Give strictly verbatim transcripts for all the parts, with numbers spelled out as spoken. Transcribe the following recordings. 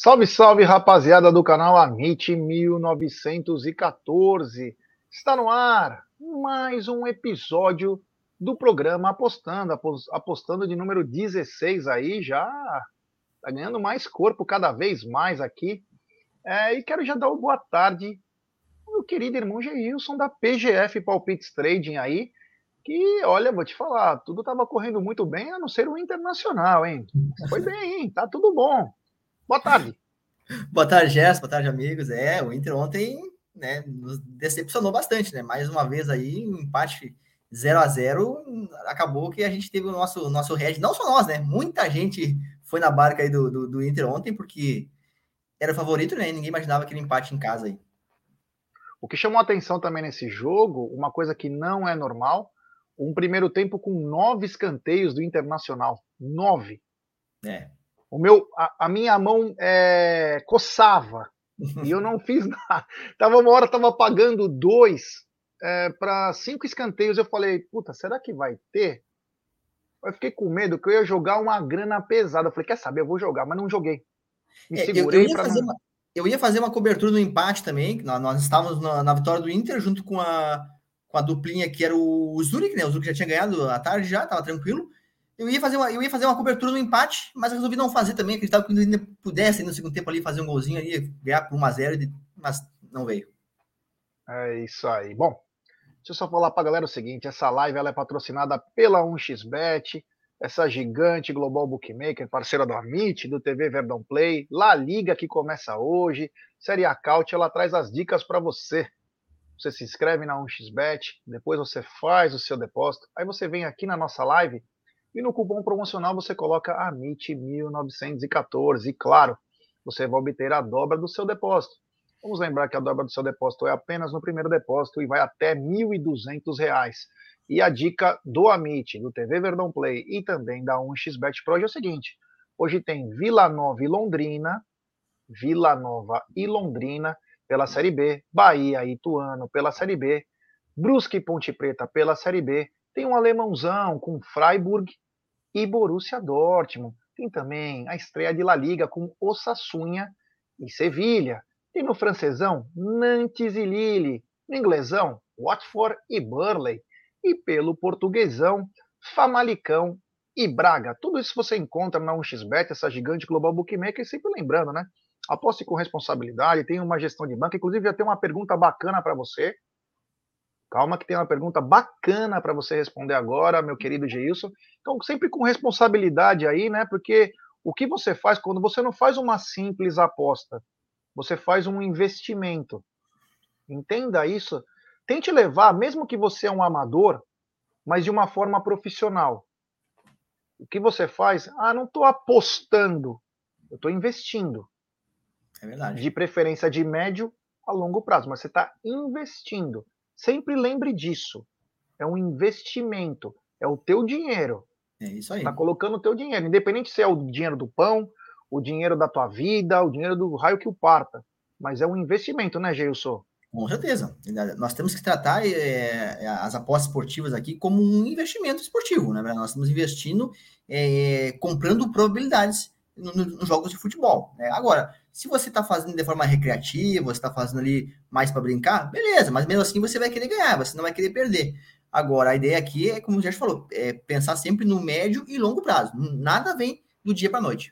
Salve, salve, rapaziada do canal Amit mil novecentos e quatorze. Está no ar mais um episódio do programa Apostando, apostando de número dezesseis aí, já tá ganhando mais corpo cada vez mais aqui. É, e quero já dar uma boa tarde ao meu querido irmão Geilson da P G F Palpites Trading aí, que, olha, vou te falar, tudo estava correndo muito bem, a não ser o Internacional, hein? Foi bem, hein? Tá tudo bom. Boa tarde. Boa tarde, Gerson. Boa tarde, amigos. É, o Inter ontem, né, nos decepcionou bastante, né? Mais uma vez aí, um empate zero a zero, acabou que a gente teve o nosso, nosso head, não só nós, né? Muita gente foi na barca aí do, do, do Inter ontem, porque era o favorito, né? Ninguém imaginava aquele empate em casa aí. O que chamou a atenção também nesse jogo, uma coisa que não é normal, um primeiro tempo com nove escanteios do Internacional. Nove. É. O meu, a, a minha mão é, coçava e eu não fiz nada. Tava uma hora, tava pagando dois é, para cinco escanteios. Eu falei, puta, será que vai ter? Eu fiquei com medo que eu ia jogar uma grana pesada. Eu falei, quer saber? Eu vou jogar, mas não joguei. Me É, eu, eu, segurei ia para fazer não. uma, eu ia fazer uma cobertura no empate também. Nós, nós estávamos na, na vitória do Inter, junto com a, com a duplinha que era o, o Zurich, né? O Zurich já tinha ganhado à tarde, já estava tranquilo. Eu ia, fazer uma, eu ia fazer uma cobertura no empate, mas eu resolvi não fazer também. Acreditava que ainda pudesse no segundo tempo ali fazer um golzinho ali, ganhar por um a zero, mas não veio. É isso aí. Bom, deixa eu só falar para a galera o seguinte: essa live ela é patrocinada pela um x bet, essa gigante global bookmaker, parceira do Amit, do T V Verdão Play, La Liga que começa hoje, Série A Caute, ela traz as dicas para você. Você se inscreve na um x bet, depois você faz o seu depósito, aí você vem aqui na nossa live e no cupom promocional você coloca Amit mil novecentos e quatorze e claro, você vai obter a dobra do seu depósito. Vamos lembrar que a dobra do seu depósito é apenas no primeiro depósito e vai até mil e duzentos reais. E a dica do Amit, do T V Verdão Play e também da um x bet Pro é o seguinte: hoje tem Vila Nova e Londrina, Vila Nova e Londrina pela Série B, Bahia e Ituano pela Série B, Brusque e Ponte Preta pela Série B, tem um alemãozão com Freiburg e Borussia Dortmund. Tem também a estreia de La Liga com Osasuna e Sevilha. Tem no francesão Nantes e Lille. No inglesão, Watford e Burnley. E pelo portuguesão, Famalicão e Braga. Tudo isso você encontra na um x bet, essa gigante global bookmaker. E sempre lembrando, né? Aposte com responsabilidade, tem uma gestão de banca. Inclusive, já tem uma pergunta bacana para você. Calma que tem uma pergunta bacana para você responder agora, meu querido Geilson. Então, sempre com responsabilidade aí, né? Porque o que você faz quando você não faz uma simples aposta, você faz um investimento. Entenda isso. Tente levar, mesmo que você é um amador, mas de uma forma profissional. O que você faz? Ah, não estou apostando, eu estou investindo. É verdade. De preferência de médio a longo prazo, mas você está investindo. Sempre lembre disso. É um investimento, é o teu dinheiro. É isso Você aí. está colocando o teu dinheiro, independente se é o dinheiro do pão, o dinheiro da tua vida, o dinheiro do raio que o parta. Mas é um investimento, né, Geilson? Com certeza. Nós temos que tratar é, as apostas esportivas aqui como um investimento esportivo, né? Nós estamos investindo, é, comprando probabilidades nos no, no jogos de futebol. Né? Agora, se você está fazendo de forma recreativa, você está fazendo ali mais para brincar, beleza, mas mesmo assim você vai querer ganhar, você não vai querer perder. Agora, a ideia aqui é, como o Jorge falou, é pensar sempre no médio e longo prazo. Nada vem do dia para a noite.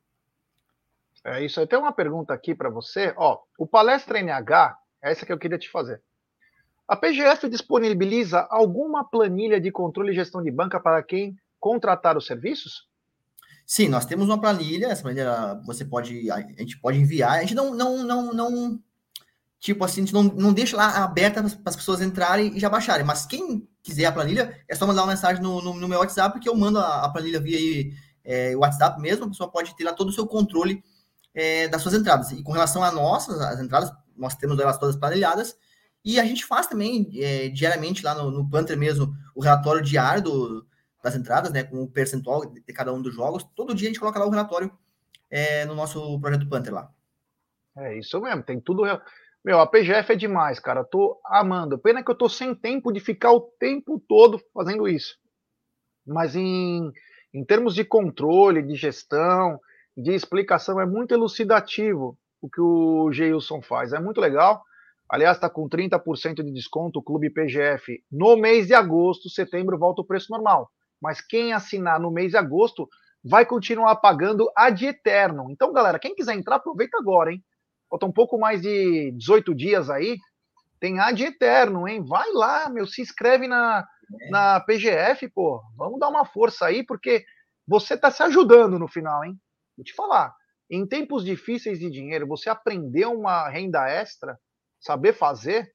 É isso aí. Tem uma pergunta aqui para você. Ó, o Palestra N H, é essa que eu queria te fazer. A P G F disponibiliza alguma planilha de controle e gestão de banca para quem contratar os serviços? Sim, nós temos uma planilha, essa planilha você pode, a gente pode enviar, a gente não, não, não, não tipo assim, a gente não, não deixa lá aberta para as pessoas entrarem e já baixarem, mas quem quiser a planilha, é só mandar uma mensagem no, no, no meu WhatsApp, que eu mando a, a planilha via é, WhatsApp mesmo, a pessoa pode ter lá todo o seu controle é, das suas entradas. E com relação a nossas, as entradas, nós temos elas todas planilhadas, e a gente faz também, é, diariamente, lá no, no Panther mesmo, o relatório diário do, das entradas, né, com o percentual de cada um dos jogos. Todo dia a gente coloca lá o relatório é, no nosso projeto Panther lá. É isso mesmo, tem tudo. Meu, a P G F é demais, cara. Eu tô amando. Pena que eu tô sem tempo de ficar o tempo todo fazendo isso. Mas em, em termos de controle, de gestão, de explicação, é muito elucidativo o que o Geilson faz, é muito legal. Aliás, está com trinta por cento de desconto o Clube P G F no mês de agosto, setembro volta o preço normal. Mas quem assinar no mês de agosto vai continuar pagando ad eterno. Então, galera, quem quiser entrar, aproveita agora, hein? Falta um pouco mais de dezoito dias aí, tem ad eterno, hein? Vai lá, meu, se inscreve na, na P G F, pô. Vamos dar uma força aí, porque você tá se ajudando no final, hein? Vou te falar. Em tempos difíceis de dinheiro, você aprender uma renda extra, saber fazer,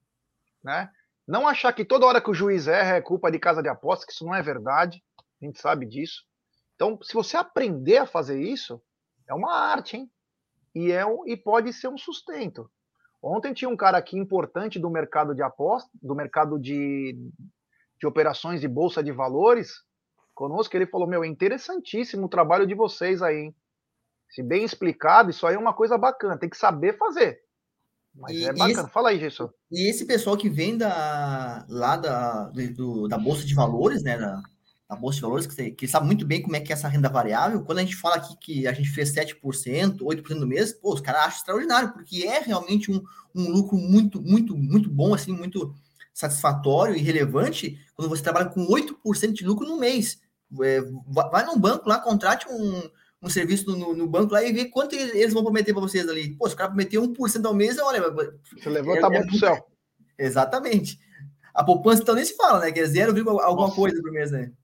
né? Não achar que toda hora que o juiz erra é culpa de casa de aposta, que isso não é verdade. A gente sabe disso. Então, se você aprender a fazer isso, é uma arte, hein? E, é um, e pode ser um sustento. Ontem tinha um cara aqui importante do mercado de aposta, do mercado de, de operações de bolsa de valores, conosco, ele falou, meu, é interessantíssimo o trabalho de vocês aí, hein? Se bem explicado, isso aí é uma coisa bacana, tem que saber fazer. Mas E, é e bacana. esse, Fala aí, Gerson. e esse pessoal que vem da, lá da, do, da Bolsa de Valores, né? Da, da Bolsa de Valores, que, que sabe muito bem como é que é essa renda variável. Quando a gente fala aqui que a gente fez sete por cento, oito por cento no mês, pô, os caras acham extraordinário, porque é realmente um, um lucro muito, muito, muito bom, assim, muito satisfatório e relevante quando você trabalha com oito por cento de lucro no mês. É, vai num banco lá, contrate um, um serviço no, no banco lá e vê quanto eles vão prometer para vocês ali. Pô, se o cara prometer um por cento ao mês, olha, Você é, levanta a é mão pro muito, céu. exatamente. A poupança então nem se fala, né? Que é zero, alguma Nossa, coisa por mês, né?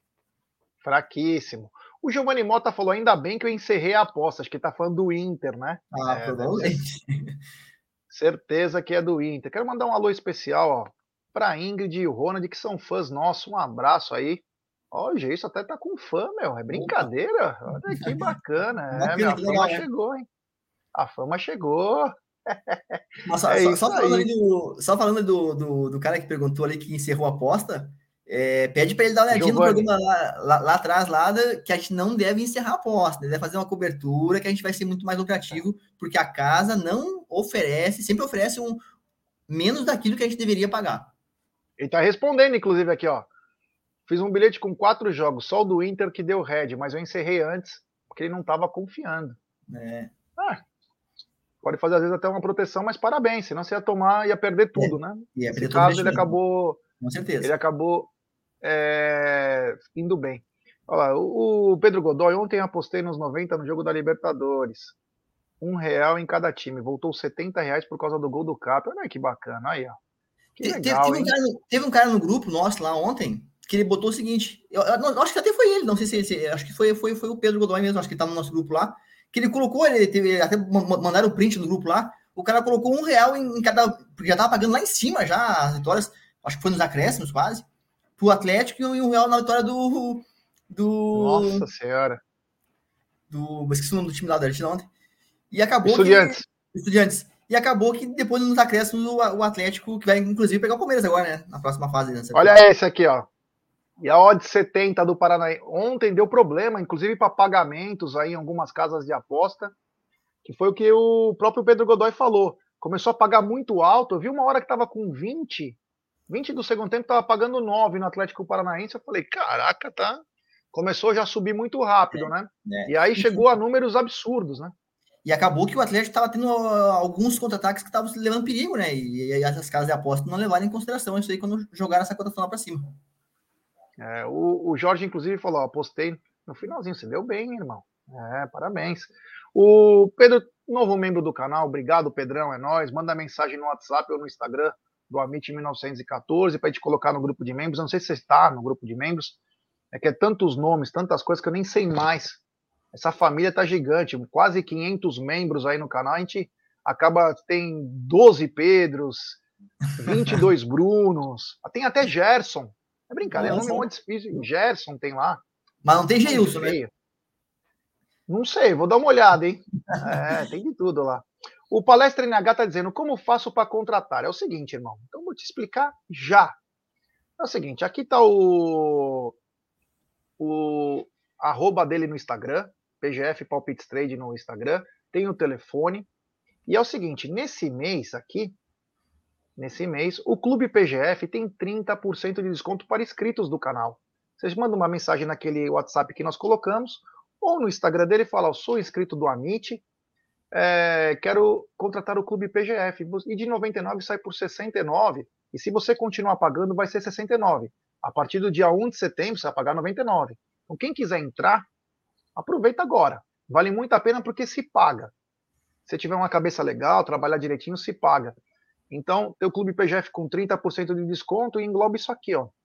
fraquíssimo. O Giovanni Mota falou, ainda bem que eu encerrei a aposta, acho que tá falando do Inter, né? Ah, É, deve ser provavelmente. certeza que é do Inter. Quero mandar um alô especial, ó, pra Ingrid e o Ronald, que são fãs nossos. Um abraço aí. Ó, o Geisso até tá com fã, meu. É Opa, brincadeira? Olha que bacana. É, bacana, minha que fama legal, né? chegou, hein? A fama chegou. Mas só, É só, isso só falando aí. do, só falando do, do, do cara que perguntou ali que encerrou a aposta, é, pede para ele dar uma olhadinha no Giovanni. programa lá, lá, lá atrás, lá da, que a gente não deve encerrar a aposta, deve fazer uma cobertura que a gente vai ser muito mais lucrativo, porque a casa não oferece, sempre oferece um menos daquilo que a gente deveria pagar. Ele tá respondendo, inclusive, aqui, ó. Fiz um bilhete com quatro jogos, só o do Inter que deu red, mas eu encerrei antes, porque ele não tava confiando. É, Ah, pode fazer às vezes até uma proteção, mas parabéns, senão você ia tomar, ia perder é, tudo, né? e é Nesse perder todo o caso, ele investimento, acabou, com ele certeza. acabou é, indo bem. Olha lá, o Pedro Godoy, ontem apostei nos noventa no jogo da Libertadores. Um real em cada time. Voltou setenta reais por causa do gol do Cap. Olha que bacana. Aí, ó. Que Te- Teve, legal, teve um hein? cara, no- teve um cara no grupo nosso lá ontem que ele botou o seguinte: eu, eu não- eu acho que até foi ele, não sei se, se acho que foi, foi, foi o Pedro Godoy mesmo, acho que tá no nosso grupo lá. Que ele colocou, ele teve, até mandaram o print no grupo lá. O cara colocou um real em, em cada. Porque já tava pagando lá em cima já as vitórias, acho que foi nos acréscimos quase, pro Atlético e um real na vitória do. Do. Nossa Senhora. do esqueci o nome do time lá da Argentina ontem. E acabou que. Estudiantes. Estudiantes. E acabou que depois nos acréscimos o, o Atlético, que vai inclusive pegar o Palmeiras agora, né? Na próxima fase. Né? Olha esse aqui, ó. E a odd setenta do Paraná. Ontem deu problema, inclusive para pagamentos aí em algumas casas de aposta, que foi o que o próprio Pedro Godoy falou. Começou a pagar muito alto. Eu vi uma hora que estava com vinte, vinte do segundo tempo, estava pagando nove no Atlético Paranaense. Eu falei, caraca, tá. Começou já a subir muito rápido, né? É. E aí E, chegou a números absurdos, né? e acabou que o Atlético estava tendo uh, alguns contra-ataques que estavam levando perigo, né? E, e as casas de aposta não levaram em consideração isso aí quando jogaram essa cotação para cima. É, o, o Jorge, inclusive, falou: ó, apostei no finalzinho, você deu bem, irmão. É, parabéns. O Pedro, novo membro do canal, obrigado, Pedrão, é nóis. Manda mensagem no WhatsApp ou no Instagram do Amit mil novecentos e quatorze para a gente colocar no grupo de membros. Eu não sei se você está no grupo de membros, é que é tantos nomes, tantas coisas que eu nem sei mais. Essa família tá gigante, quase quinhentos membros aí no canal. A gente acaba, tem doze Pedros, vinte e dois Brunos, tem até Gerson. É brincadeira, é Olha nome só. muito difícil. Gerson tem lá. Mas não tem Nome Geilson, né? feio. Não sei, vou dar uma olhada, hein? É, tem de tudo lá. O Palestra N H tá dizendo, como faço para contratar? É o seguinte, irmão. Então vou te explicar já. É o seguinte, aqui tá o, o arroba dele no Instagram, P G F Palpites Trade no Instagram, tem o telefone. E é o seguinte, nesse mês aqui, nesse mês, o Clube P G F tem trinta por cento de desconto para inscritos do canal. Vocês mandam uma mensagem naquele WhatsApp que nós colocamos, ou no Instagram dele fala, eu sou inscrito do Amit, é, quero contratar o Clube P G F, e de noventa e nove sai por sessenta e nove, e se você continuar pagando vai ser sessenta e nove. A partir do dia um de setembro você vai pagar noventa e nove. Então quem quiser entrar, aproveita agora. Vale muito a pena porque se paga. Se tiver uma cabeça legal, trabalhar direitinho, se paga. Então, tem o Clube P G F com trinta por cento de desconto e engloba isso aqui, ó.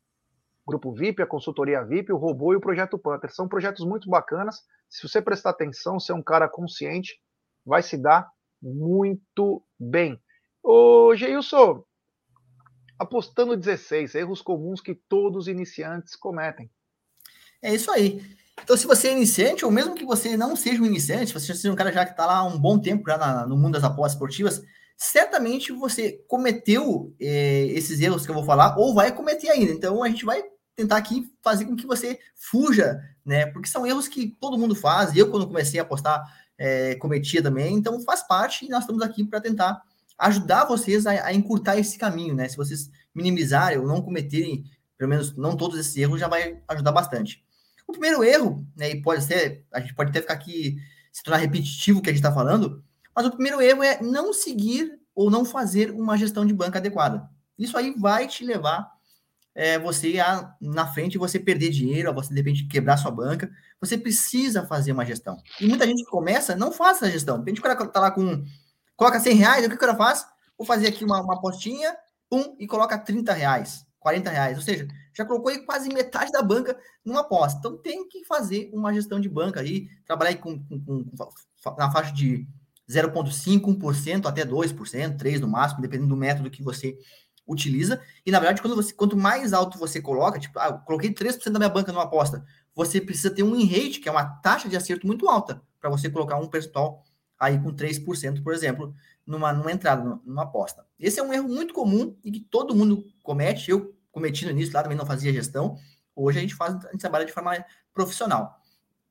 Grupo V I P, a consultoria V I P, o robô e o projeto Panther. São projetos muito bacanas. Se você prestar atenção, ser um cara consciente, vai se dar muito bem. Ô, Geilson, apostando dezesseis, erros comuns que todos os iniciantes cometem. É isso aí. Então, se você é iniciante, ou mesmo que você não seja um iniciante, se você seja um cara já que está lá há um bom tempo já na, no mundo das apostas esportivas, certamente você cometeu é, esses erros que eu vou falar, ou vai cometer ainda. Então, a gente vai tentar aqui fazer com que você fuja, né? Porque são erros que todo mundo faz. Eu, quando comecei a apostar, é, cometia também. Então, faz parte e nós estamos aqui para tentar ajudar vocês a, a encurtar esse caminho, né? Se vocês minimizarem ou não cometerem, pelo menos não todos esses erros, já vai ajudar bastante. O primeiro erro, né, e pode ser, a gente pode até ficar aqui, se tornar repetitivo o que a gente está falando, mas o primeiro erro é não seguir ou não fazer uma gestão de banca adequada. Isso aí vai te levar é, você a, na frente, você perder dinheiro, você de repente quebrar sua banca. Você precisa fazer uma gestão. E muita gente que começa não faz essa gestão. De repente o cara tá lá com, coloca cem reais, o que o cara faz? Vou fazer aqui uma, uma apostinha, pum, e coloca trinta reais, quarenta reais, ou seja, já colocou aí quase metade da banca numa aposta. Então tem que fazer uma gestão de banca aí, trabalhar aí com, com, com, na faixa de zero vírgula cinco por cento, um por cento até dois por cento, três por cento no máximo, dependendo do método que você utiliza. E na verdade, quando você, quanto mais alto você coloca, tipo, ah, eu coloquei três por cento da minha banca numa aposta, você precisa ter um win rate, que é uma taxa de acerto muito alta, para você colocar um percentual aí com três por cento, por exemplo, numa, numa entrada, numa aposta. Esse é um erro muito comum e que todo mundo comete. Eu cometi no início, lá também não fazia gestão. Hoje a gente faz, a gente trabalha de forma profissional.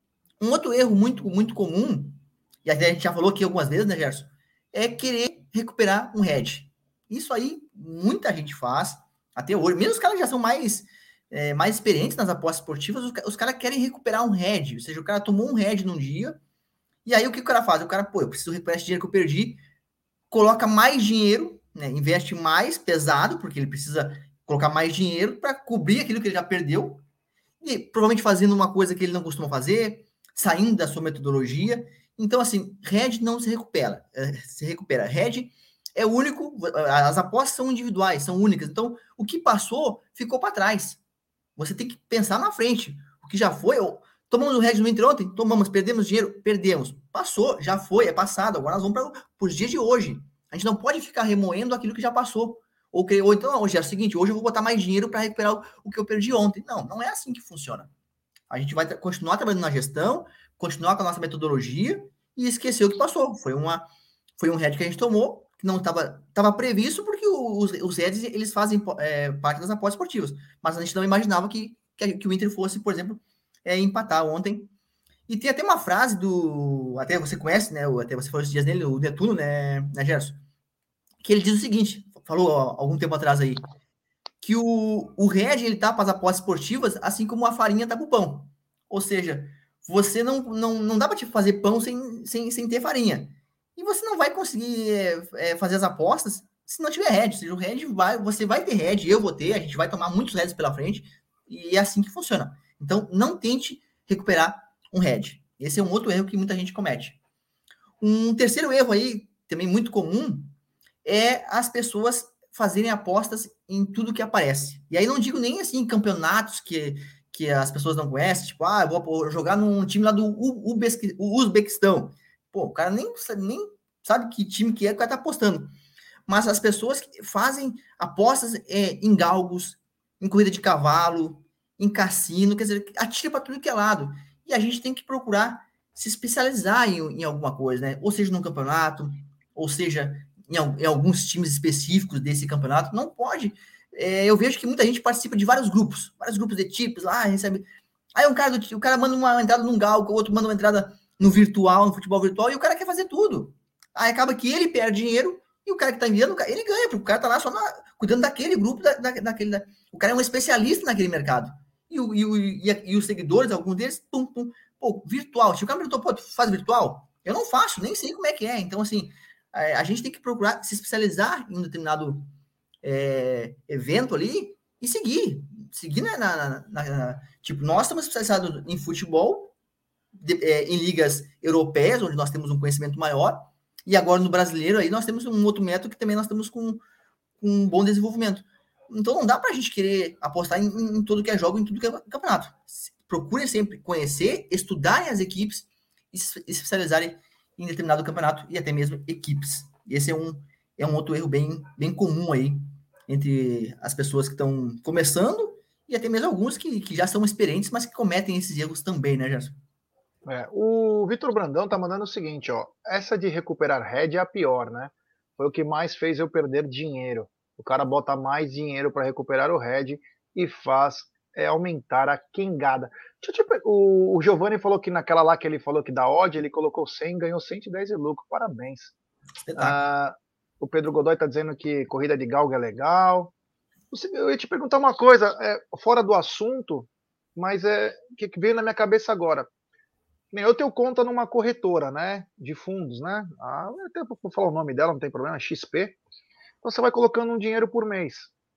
Um outro erro muito, muito comum, e até a gente já falou aqui algumas vezes, né, Gerson, é querer recuperar um hedge. Isso aí muita gente faz, até hoje. Mesmo os caras que já são mais, é, mais experientes nas apostas esportivas, os, os caras querem recuperar um hedge. Ou seja, o cara tomou um hedge num dia, e aí o que o cara faz? O cara, pô, eu preciso recuperar esse dinheiro que eu perdi, coloca mais dinheiro, né, investe mais pesado, porque ele precisa colocar mais dinheiro para cobrir aquilo que ele já perdeu, e provavelmente fazendo uma coisa que ele não costuma fazer, saindo da sua metodologia. Então, assim, hedge não se recupera. Se recupera. Hedge é único, as apostas são individuais, são únicas. Então, o que passou, ficou para trás. Você tem que pensar na frente. O que já foi, tomamos o hedge no entre ontem, tomamos, perdemos dinheiro, perdemos. Passou, já foi, é passado. Agora nós vamos para os dias de hoje. A gente não pode ficar remoendo aquilo que já passou. Ou, que, ou então, hoje é o seguinte, hoje eu vou botar mais dinheiro para recuperar o, o que eu perdi ontem. Não, não é assim que funciona. A gente vai continuar trabalhando na gestão, continuar com a nossa metodologia e esquecer o que passou. Foi, uma, foi um hedge que a gente tomou, que não estava estava previsto, porque os, os hedges, eles fazem é, parte das apostas esportivas. Mas a gente não imaginava que, que, que o Inter fosse, por exemplo, é, empatar ontem. E tem até uma frase do... Até você conhece, né? Até você falou esses dias nele, o Netuno, né, né, Gerson? Que ele diz o seguinte, falou ó, algum tempo atrás aí, que o, o hedge, ele tá para as apostas esportivas, assim como a farinha tá para o pão. Ou seja, você não, não, não dá para te fazer pão sem, sem, sem ter farinha. E você não vai conseguir é, é, fazer as apostas se não tiver hedge. Ou seja, o hedge vai, você vai ter hedge, eu vou ter, a gente vai tomar muitos hedges pela frente, e é assim que funciona. Então, não tente recuperar um hedge. Esse é um outro erro que muita gente comete. Um terceiro erro aí, também muito comum, é as pessoas fazerem apostas em tudo que aparece. E aí não digo nem assim campeonatos que, que as pessoas não conhecem, tipo, ah, eu vou jogar num time lá do Uzbequistão. Pô, o cara nem, nem sabe que time que é que o cara tá apostando. Mas as pessoas que fazem apostas é, em galgos, em corrida de cavalo, em cassino, quer dizer, atira para tudo que é lado. E a gente tem que procurar se especializar em, em alguma coisa, né? Ou seja, num campeonato, ou seja, em, em alguns times específicos desse campeonato. Não pode. É, eu vejo que muita gente participa de vários grupos, vários grupos de tipos lá, recebe. Aí um cara, do, o cara manda uma entrada num galgo, o outro manda uma entrada no virtual, no futebol virtual, e o cara quer fazer tudo. Aí acaba que ele perde dinheiro e o cara que tá enviando, ele ganha, porque o cara tá lá só na, cuidando daquele grupo, da, da, daquele. Da, o cara é um especialista naquele mercado. E, o, e, o, e, a, e os seguidores, alguns deles, pum, pum, Pô, virtual. Se o cara me perguntou, pô, tu faz virtual? Eu não faço, nem sei como é que é. Então, assim, a gente tem que procurar se especializar em um determinado é, evento ali e seguir. Seguir na, na, na, na... Tipo, nós estamos especializados em futebol, de, é, em ligas europeias, onde nós temos um conhecimento maior, e agora no brasileiro aí nós temos um outro método que também nós estamos com, com um bom desenvolvimento. Então não dá para a gente querer apostar em, em tudo que é jogo, em tudo que é campeonato. Procurem sempre conhecer, estudarem as equipes e se especializarem em determinado campeonato e até mesmo equipes. E esse é um, é um outro erro bem, bem comum aí entre as pessoas que estão começando e até mesmo alguns que, que já são experientes, mas que cometem esses erros também, né, Gerson? É, o Vitor Brandão tá mandando o seguinte, ó. Essa de recuperar head é a pior, né? Foi o que mais fez eu perder dinheiro. O cara bota mais dinheiro para recuperar o head e faz é, aumentar a quengada. Deixa eu te... o, o Giovanni falou que naquela lá que ele falou que da odd, ele colocou cem, ganhou cento e dez de lucro. Parabéns. Ah, o Pedro Godoy tá dizendo que corrida de galga é legal. Eu ia te perguntar uma coisa, é, fora do assunto, mas é que veio na minha cabeça agora. Eu tenho conta numa corretora, né, de fundos, né, ah, até vou falar o nome dela, não tem problema, X P. Então você vai colocando um dinheiro por mês,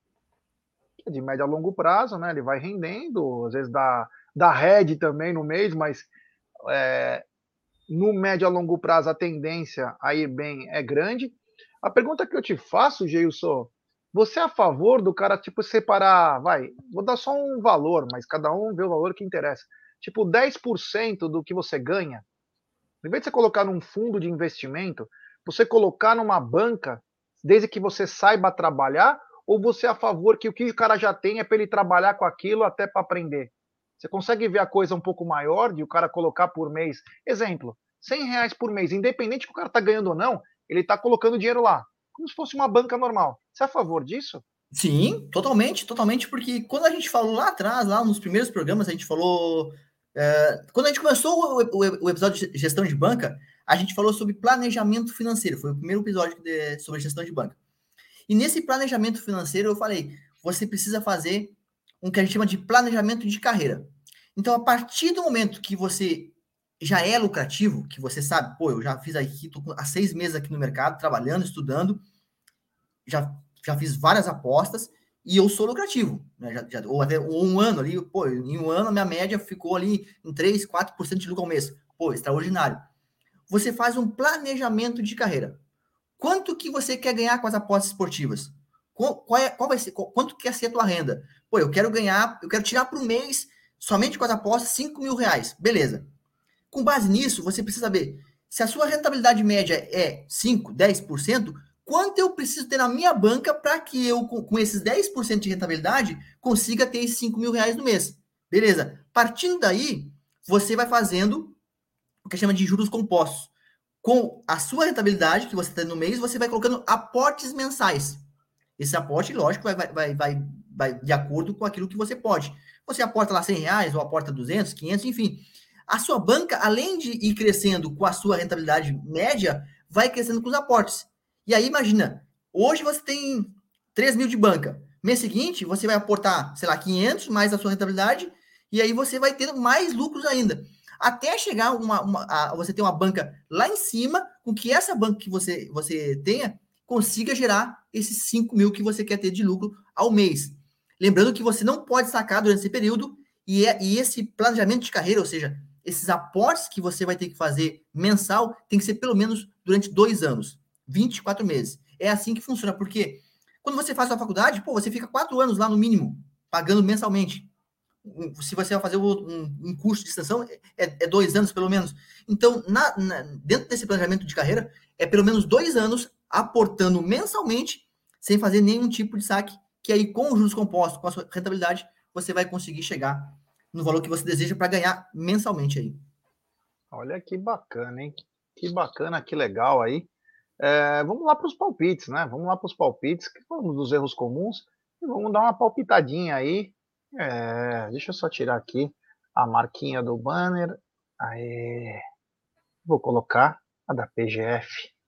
de médio a longo prazo, né, ele vai rendendo, às vezes dá, dá head também no mês, mas é, no médio a longo prazo a tendência a ir bem é grande. A pergunta que eu te faço, Geilson, você é a favor do cara, tipo, separar, vai, vou dar só um valor, mas cada um vê o valor que interessa. Tipo, dez por cento do que você ganha, em vez de você colocar num fundo de investimento, você colocar numa banca, desde que você saiba trabalhar, ou você é a favor que o que o cara já tem é para ele trabalhar com aquilo até para aprender? Você consegue ver a coisa um pouco maior de o cara colocar por mês? Exemplo, cem reais por mês, independente que o cara tá ganhando ou não, ele tá colocando dinheiro lá, como se fosse uma banca normal. Você é a favor disso? Sim, totalmente, totalmente, porque quando a gente falou lá atrás, lá nos primeiros programas, a gente falou... É, quando a gente começou o, o, o episódio de gestão de banca, a gente falou sobre planejamento financeiro, foi o primeiro episódio de, sobre gestão de banca. E nesse planejamento financeiro eu falei, você precisa fazer um que a gente chama de planejamento de carreira. Então, a partir do momento que você já é lucrativo, que você sabe, pô, eu já fiz aqui, tô há seis meses aqui no mercado, trabalhando, estudando, já, já fiz várias apostas e eu sou lucrativo, né? já, já, ou até ou um ano ali, pô, em um ano a minha média ficou ali em três, quatro por cento de lucro ao mês. Pô, extraordinário. Você faz um planejamento de carreira. Quanto que você quer ganhar com as apostas esportivas? Qual, qual, é, qual vai ser, qual, quanto quer ser a tua renda? Pô, eu quero ganhar, eu quero tirar para o mês, somente com as apostas, cinco mil reais. Beleza. Com base nisso, você precisa saber se a sua rentabilidade média é cinco, dez por cento, quanto eu preciso ter na minha banca para que eu, com, com esses dez por cento de rentabilidade, consiga ter esses cinco mil reais no mês. Beleza. Partindo daí, você vai fazendo o que chama de juros compostos. Com a sua rentabilidade que você tem no mês, você vai colocando aportes mensais. Esse aporte, lógico, vai, vai, vai, vai de acordo com aquilo que você pode. Você aporta lá cem reais, ou aporta duzentos, quinhentos, enfim. A sua banca, além de ir crescendo com a sua rentabilidade média, vai crescendo com os aportes. E aí, imagina, hoje você tem três mil de banca. Mês seguinte, você vai aportar, sei lá, quinhentos mais a sua rentabilidade, e aí você vai ter mais lucros ainda. Até chegar uma, uma a, você ter uma banca lá em cima, com que essa banca que você, você tenha consiga gerar esses cinco mil que você quer ter de lucro ao mês. Lembrando que você não pode sacar durante esse período, e, é, e esse planejamento de carreira, ou seja, esses aportes que você vai ter que fazer mensal, tem que ser pelo menos durante dois anos, vinte e quatro meses. É assim que funciona, porque quando você faz a faculdade, pô, você fica quatro anos lá no mínimo, pagando mensalmente. Se você vai fazer um, um curso de extensão, é, é dois anos pelo menos. Então, na, na, dentro desse planejamento de carreira, é pelo menos dois anos aportando mensalmente, sem fazer nenhum tipo de saque, que aí com os juros compostos, com a sua rentabilidade, você vai conseguir chegar no valor que você deseja para ganhar mensalmente aí. Olha que bacana, hein? Que bacana, que legal aí. É, vamos lá para os palpites, né? Vamos lá para os palpites, que foi um dos erros comuns, e vamos dar uma palpitadinha aí. É, deixa eu só tirar aqui a marquinha do banner. Aí, vou colocar a da P G F.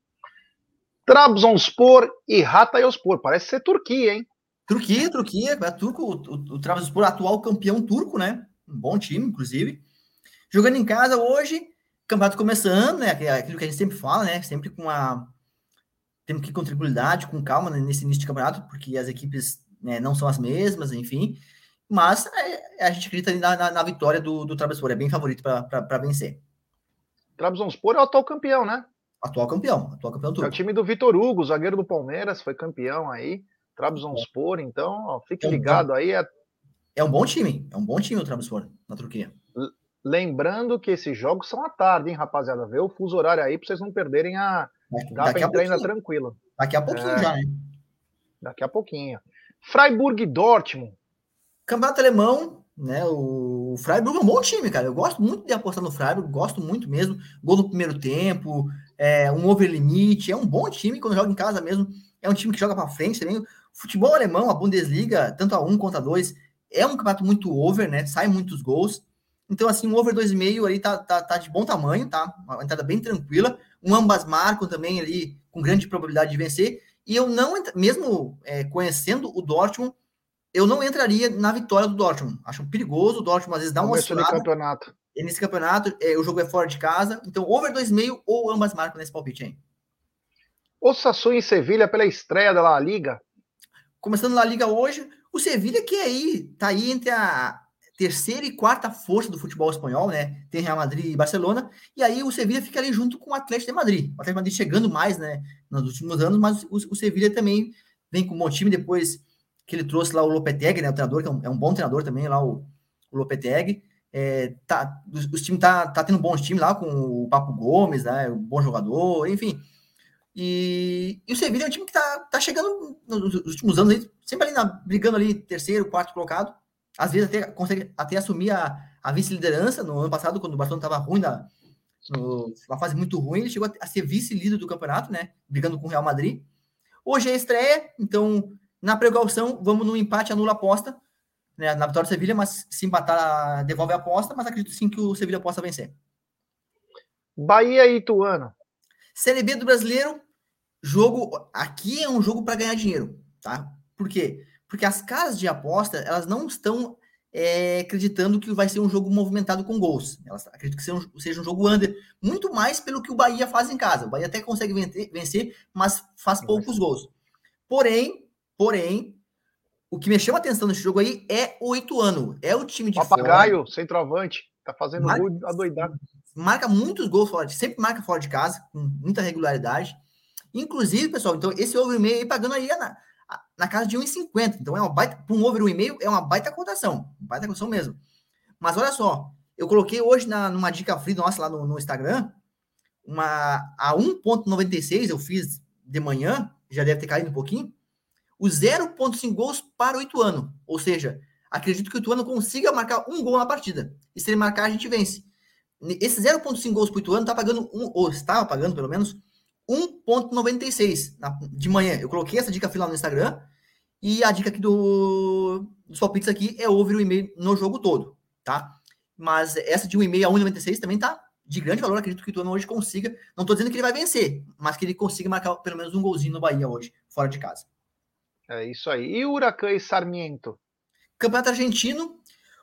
Trabzonspor e Hatayspor. Parece ser Turquia, hein? Turquia, Turquia, é turco, o, o, o Trabzonspor, atual campeão turco, né? Um bom time, inclusive. Jogando em casa hoje, campeonato começando, né? Aquilo que a gente sempre fala, né? Sempre com a... Temos que ir com tranquilidade, com calma né, nesse início de campeonato, porque as equipes né, não são as mesmas, enfim. Mas é, a gente acredita na, na, na vitória do, do Trabzonspor, é bem favorito para vencer. Trabzonspor é o atual campeão, né? Atual campeão, atual campeão É o turco. time do Vitor Hugo, zagueiro do Palmeiras, foi campeão aí. Trabzonspor, então, ó, fique é um, ligado aí. É... é um bom time, é um bom time o Trabzonspor na Turquia. Lembrando que esses jogos são à tarde, hein, rapaziada? Vê o fuso horário aí pra vocês não perderem a. Dá pra entrar ainda tranquilo. Daqui a pouquinho é, já, né? Daqui a pouquinho. Freiburg e Dortmund. Campeonato alemão, né? O Freiburg é um bom time, cara. Eu gosto muito de apostar no Freiburg, gosto muito mesmo. Gol no primeiro tempo, é, um over limite. É um bom time quando joga em casa mesmo. É um time que joga para frente também. O futebol alemão, a Bundesliga, tanto a um quanto a dois, é um campeonato muito over, né? Sai muitos gols. Então, assim, um over dois e meio ali tá, tá, tá de bom tamanho, tá? Uma entrada bem tranquila. Um ambas marcam também ali com grande probabilidade de vencer. E eu não, mesmo é, conhecendo o Dortmund, eu não entraria na vitória do Dortmund. Acho perigoso. O Dortmund às vezes dá uma Começo de oscilada. campeonato. E nesse campeonato, é, o jogo é fora de casa. Então, over dois e meio ou ambas marcam nesse palpite aí. Osasuna e Sevilha pela estreia da La Liga. Começando La Liga hoje, o Sevilha que aí tá aí entre a terceira e quarta força do futebol espanhol, né? Tem Real Madrid e Barcelona. E aí o Sevilha fica ali junto com o Atlético de Madrid. O Atlético de Madrid chegando mais, né? Nos últimos anos, mas o, o Sevilha também vem com um bom time depois que ele trouxe lá o Lopetegui, né? O treinador, que é um, é um bom treinador também, lá o, o Lopetegui. É, tá, os, os times tá, tá tendo bons times lá com o Papo Gomes, né? Um bom jogador, enfim. E, e o Sevilha é um time que tá, tá chegando nos últimos anos, aí, sempre ali na, brigando ali, terceiro, quarto colocado. Às vezes até consegue até assumir a, a vice-liderança. No ano passado, quando o Barcelona estava ruim, na, no, uma fase muito ruim, ele chegou a, a ser vice-líder do campeonato, né? Brigando com o Real Madrid. Hoje é a estreia, então, na precaução, vamos no empate, anula a aposta, né? Na vitória do Sevilha, mas se empatar, devolve a aposta, mas acredito sim que o Sevilha possa vencer. Bahia e Ituano. Série B do Brasileiro, jogo aqui é um jogo para ganhar dinheiro, tá? Por quê? Porque as casas de aposta, elas não estão é, acreditando que vai ser um jogo movimentado com gols. Elas acreditam que seja um, seja um jogo under, muito mais pelo que o Bahia faz em casa. O Bahia até consegue vencer, mas faz poucos gols. Porém, porém, o que me chama a atenção nesse jogo aí é o Ituano. É o time de Papagaio, fora. centroavante, tá fazendo Marca, gol adoidado. Marca muitos gols fora, sempre marca fora de casa, com muita regularidade. Inclusive, pessoal, então esse over e meio aí pagando aí na, na casa de um e cinquenta. Então é uma baita, para um over um e meio é uma baita cotação, baita cotação mesmo. Mas olha só, eu coloquei hoje na, numa dica free nossa lá no, no Instagram, uma a um ponto noventa e seis eu fiz de manhã, já deve ter caído um pouquinho, o zero ponto cinco gols para o Ituano. Ou seja, acredito que o Ituano consiga marcar um gol na partida. E se ele marcar, a gente vence. Esse zero ponto cinco gols para o Ituano está pagando, um, ou estava pagando pelo menos, um ponto noventa e seis de manhã. Eu coloquei essa dica lá no Instagram. E a dica aqui do, dos palpites aqui é over um e meio no jogo todo, tá? Mas essa de um e meio a um vírgula noventa e seis também tá de grande valor. Acredito que o Ituano hoje consiga. Não tô dizendo que ele vai vencer, mas que ele consiga marcar pelo menos um golzinho no Bahia hoje, fora de casa. É isso aí. E Huracan e Sarmiento? Campeonato Argentino.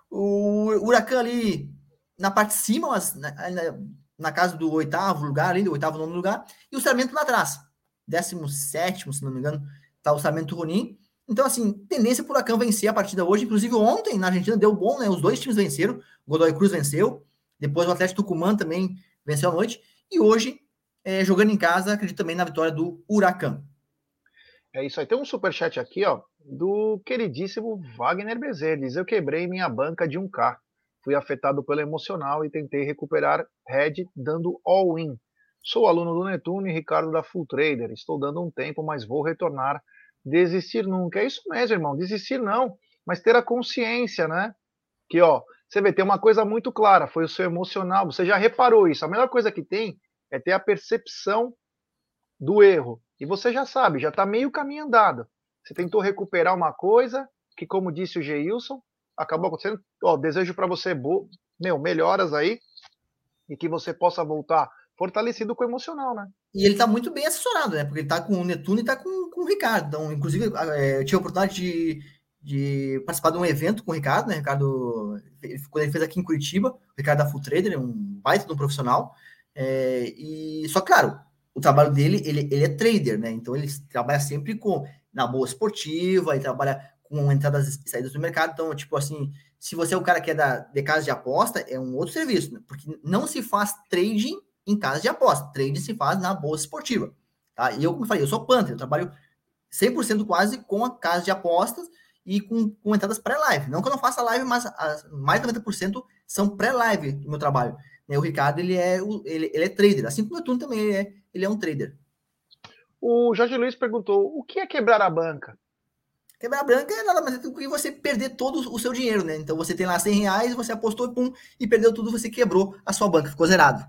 O Huracan ali na parte de cima, mas na, na, na casa do oitavo lugar, ali, do oitavo, nono lugar. E o Sarmiento lá atrás. Décimo sétimo, se não me engano, tá o Sarmiento Junín. Então, assim, tendência para o Huracan vencer a partida hoje. Inclusive, ontem na Argentina deu bom, né? Os dois times venceram. O Godoy Cruz venceu. Depois o Atlético Tucumã também venceu à noite. E hoje, é, jogando em casa, acredito também na vitória do Huracan. É isso aí. Tem um superchat aqui, ó, do queridíssimo Wagner Bezerra. Diz: eu quebrei minha banca de um K. Fui afetado pelo emocional e tentei recuperar Red dando all-in. Sou aluno do Netuno e Ricardo da Full Trader. Estou dando um tempo, mas vou retornar. Desistir nunca. É isso mesmo, irmão. Desistir não. Mas ter a consciência, né? Que, ó, você vê, tem uma coisa muito clara. Foi o seu emocional. Você já reparou isso. A melhor coisa que tem é ter a percepção do erro. E você já sabe, já está meio caminho andado. Você tentou recuperar uma coisa que, como disse o Geilson, acabou acontecendo. Ó, desejo para você, meu, melhoras aí e que você possa voltar fortalecido com o emocional, né? E ele tá muito bem assessorado, né? Porque ele tá com o Netuno e tá com, com o Ricardo. Então, inclusive, é, eu tive a oportunidade de, de participar de um evento com o Ricardo, né? Ricardo, ele, quando ele fez aqui em Curitiba, o Ricardo da Full Trader, um baita de um profissional. É, e só, claro, o trabalho dele, ele, ele é trader, né? Então ele trabalha sempre com na bolsa esportiva, ele trabalha com entradas e saídas do mercado. Então, tipo assim, se você é o cara que é da, de casa de aposta, é um outro serviço, né? Porque não se faz trading em casa de aposta, trading se faz na bolsa esportiva, tá? E eu, como eu falei, eu sou punter, eu trabalho cem por cento quase com a casa de apostas e com, com entradas pré-live. Não que eu não faça live, mas as, mais de noventa por cento são pré-live do meu trabalho. Né? O Ricardo, ele é, ele, ele é trader, assim como o Netuno também ele é, ele é um trader. O Jorge Luiz perguntou, o que é quebrar a banca? Quebrar a branca é nada mais do que você perder todo o seu dinheiro, né? Então você tem lá cem reais, você apostou e pum, e perdeu tudo, você quebrou a sua banca, ficou zerado.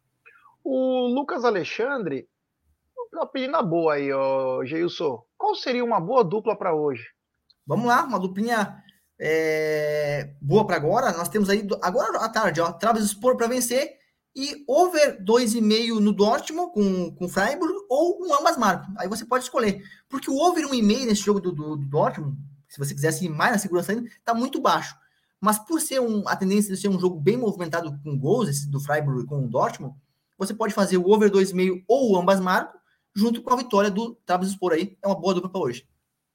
O Lucas Alexandre, tá pedindo a boa aí, ó, Geilson. Qual seria uma boa dupla para hoje? Vamos lá, uma duplinha é, boa para agora. Nós temos aí, agora à tarde, ó, Trabzonspor para vencer e over dois vírgula cinco no Dortmund com, com Freiburg ou um ambas marcam. Aí você pode escolher. Porque o over um vírgula cinco nesse jogo do, do, do Dortmund, se você quisesse ir mais na segurança ainda, tá muito baixo. Mas por ser um, a tendência de ser um jogo bem movimentado com gols, esse do Freiburg com o Dortmund, você pode fazer o over dois vírgula cinco ou ambas marcam, junto com a vitória do Trabzonspor aí. É uma boa dupla para hoje.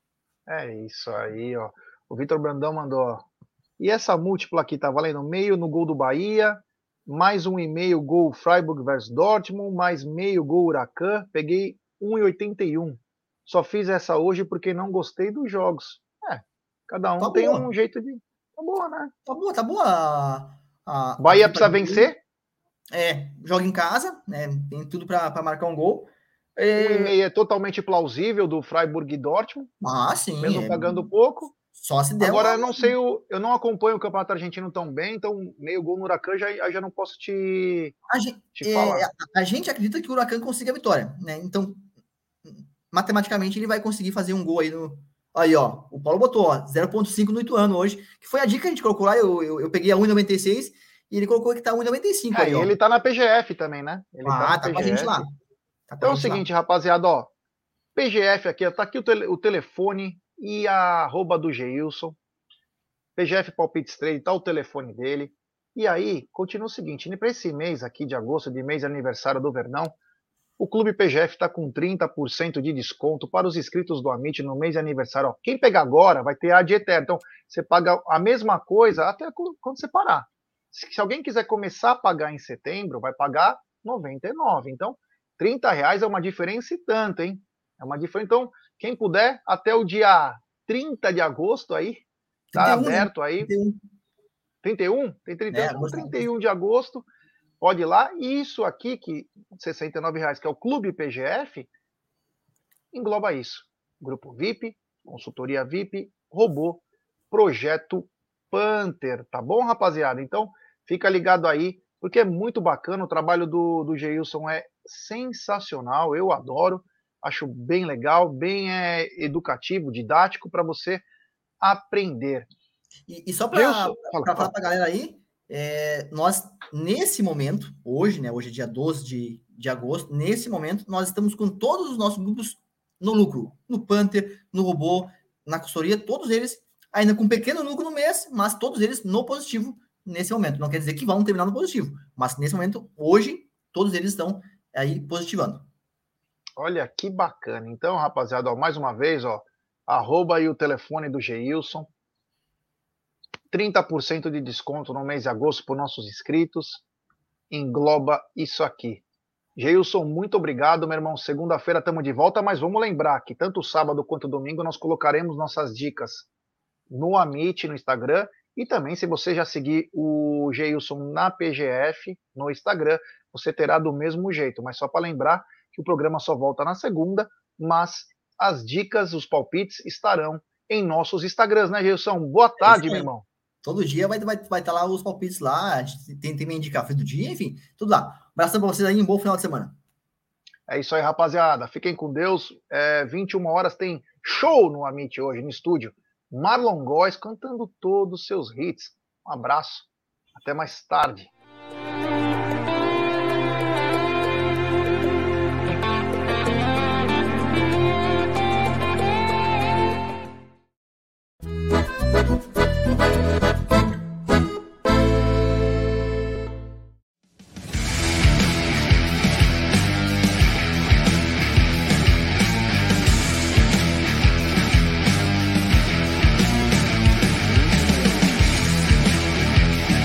É isso aí, ó. O Vitor Brandão mandou, ó. E essa múltipla aqui tá valendo meio no gol do Bahia, mais um e meio gol Freiburg versus Dortmund, mais meio gol Huracan. Peguei um vírgula oitenta e um. Só fiz essa hoje porque não gostei dos jogos. É, cada um Tá tem boa. um jeito de. Tá boa, né? Tá boa, tá boa a, a, a Bahia tripla precisa de gol. vencer. É, joga em casa, né? Tem tudo para marcar um gol. Um e É, meio é totalmente plausível do Freiburg e Dortmund, ah, sim. mesmo É, pagando pouco. só se der Agora uma. eu não sei, eu, eu não acompanho o Campeonato Argentino tão bem, então meio gol no Huracan já, já não posso te, A gente, te é, falar. a, a gente acredita que o Huracan consiga a vitória, né? Então, matematicamente, ele vai conseguir fazer um gol aí no. Aí, ó. O Paulo botou, ó, zero vírgula cinco no Ituano hoje, que foi a dica que a gente colocou lá. Eu, eu, eu peguei a um vírgula noventa e seis e ele colocou que tá um vírgula noventa e cinco É, aí, e ó. ele tá na P G F também, né? Ele tá na Ah, tá com a gente lá. P G F. Tá com a Então é o gente lá. seguinte, rapaziada, ó. P G F aqui, ó, tá aqui o, tele, o telefone e a arroba do Geilson. P G F Palpites Trade, tá o telefone dele. E aí, continua o seguinte, para esse mês aqui de agosto, de mês de aniversário do Verdão, o Clube P G F está com trinta por cento de desconto para os inscritos do Amit no mês de aniversário. Ó, quem pegar agora vai ter a de eterno. Então, você paga a mesma coisa até quando você parar. Se alguém quiser começar a pagar em setembro, vai pagar noventa e nove. Então, trinta reais é uma diferença e tanto, hein? É uma diferença. Então, quem puder, até o dia trinta de agosto aí, tá trinta e um, né? aberto aí. trinta e um. trinta e um? Tem trinta e um? Né? Então, trinta e um de agosto, pode ir lá. E isso aqui, que sessenta e nove reais, que é o Clube P G F, engloba isso. Grupo V I P, consultoria V I P, robô, projeto Panther, tá bom, rapaziada? Então, fica ligado aí, porque é muito bacana, o trabalho do, do Geilson é sensacional, eu adoro, acho bem legal, bem é, educativo, didático, para você aprender. E, e só para Geilson, fala, falar fala. para a galera aí, é, nós, nesse momento, hoje, né? Hoje é dia doze de, de agosto, nesse momento, nós estamos com todos os nossos grupos no lucro. No Panther, no Robô, na consultoria, todos eles ainda com pequeno lucro no mês, mas todos eles no positivo nesse momento. Não quer dizer que vão terminar no positivo, mas nesse momento, hoje, todos eles estão aí positivando. Olha que bacana. Então, rapaziada, ó, mais uma vez, ó, arroba aí o telefone do Geilson. trinta por cento de desconto no mês de agosto por nossos inscritos. Engloba isso aqui. Geilson, muito obrigado, meu irmão. Segunda-feira estamos de volta, mas vamos lembrar que tanto sábado quanto domingo nós colocaremos nossas dicas no Amit, no Instagram. E também, se você já seguir o Geilson na P G F, no Instagram, você terá do mesmo jeito. Mas só para lembrar que o programa só volta na segunda, mas as dicas, os palpites estarão em nossos Instagrams, né, Geilson? Boa tarde, É meu irmão. Todo dia vai estar vai, vai tá lá os palpites lá, a gente tem também de café do dia, enfim, tudo lá. Um abração para vocês aí, um bom final de semana. É isso aí, rapaziada. Fiquem com Deus. É, vinte e uma horas tem show no Amit hoje, no estúdio. Marlon Góes cantando todos os seus hits. Um abraço. Até mais tarde.